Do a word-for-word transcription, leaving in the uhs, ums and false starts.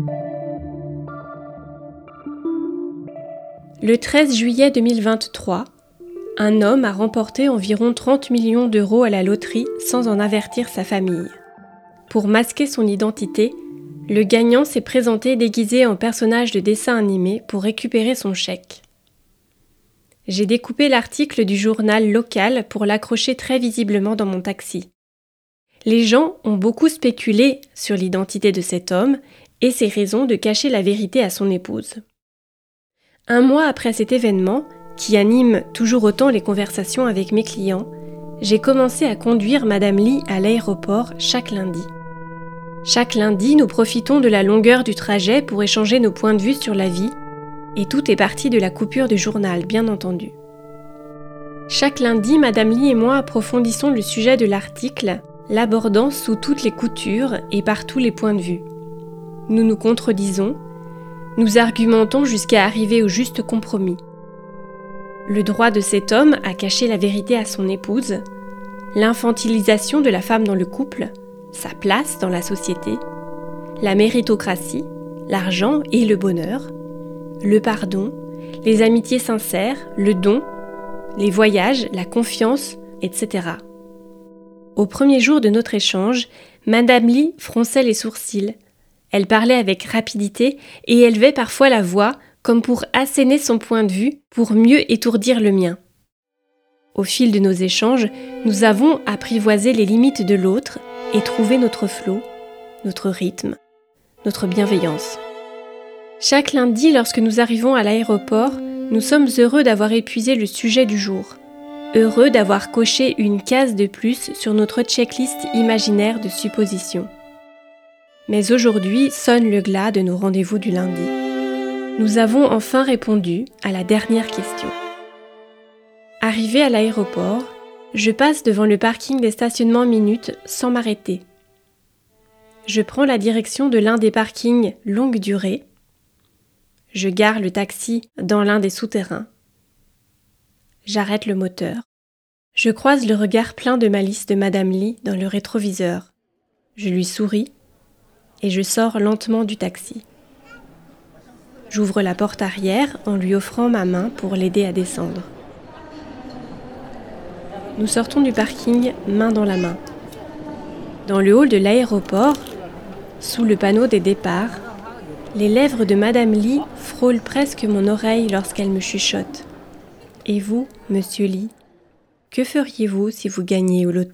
Le treize juillet deux mille vingt-trois, un homme a remporté environ trente millions d'euros à la loterie sans en avertir sa famille. Pour masquer son identité, le gagnant s'est présenté déguisé en personnage de dessin animé pour récupérer son chèque. J'ai découpé l'article du journal local pour l'accrocher très visiblement dans mon taxi. Les gens ont beaucoup spéculé sur l'identité de cet homme et ses raisons de cacher la vérité à son épouse. Un mois après cet événement, qui anime toujours autant les conversations avec mes clients, j'ai commencé à conduire Madame Lee à l'aéroport chaque lundi. Chaque lundi, nous profitons de la longueur du trajet pour échanger nos points de vue sur la vie, et tout est parti de la coupure du journal, bien entendu. Chaque lundi, Madame Lee et moi approfondissons le sujet de l'article, l'abordant sous toutes les coutures et par tous les points de vue. Nous nous contredisons, nous argumentons jusqu'à arriver au juste compromis. Le droit de cet homme à cacher la vérité à son épouse, l'infantilisation de la femme dans le couple, sa place dans la société, la méritocratie, l'argent et le bonheur, le pardon, les amitiés sincères, le don, les voyages, la confiance, et cetera. Au premier jour de notre échange, Madame Lee fronçait les sourcils. Elle parlait avec rapidité et élevait parfois la voix comme pour asséner son point de vue pour mieux étourdir le mien. Au fil de nos échanges, nous avons apprivoisé les limites de l'autre et trouvé notre flot, notre rythme, notre bienveillance. Chaque lundi, lorsque nous arrivons à l'aéroport, nous sommes heureux d'avoir épuisé le sujet du jour. Heureux d'avoir coché une case de plus sur notre checklist imaginaire de suppositions. Mais aujourd'hui sonne le glas de nos rendez-vous du lundi. Nous avons enfin répondu à la dernière question. Arrivé à l'aéroport, je passe devant le parking des stationnements minutes sans m'arrêter. Je prends la direction de l'un des parkings longue durée. Je gare le taxi dans l'un des souterrains. J'arrête le moteur. Je croise le regard plein de malice de Madame Lee dans le rétroviseur. Je lui souris et je sors lentement du taxi. J'ouvre la porte arrière en lui offrant ma main pour l'aider à descendre. Nous sortons du parking main dans la main. Dans le hall de l'aéroport, sous le panneau des départs, les lèvres de Madame Lee frôlent presque mon oreille lorsqu'elle me chuchote. « Et vous, Monsieur Lee, que feriez-vous si vous gagniez au loto ?»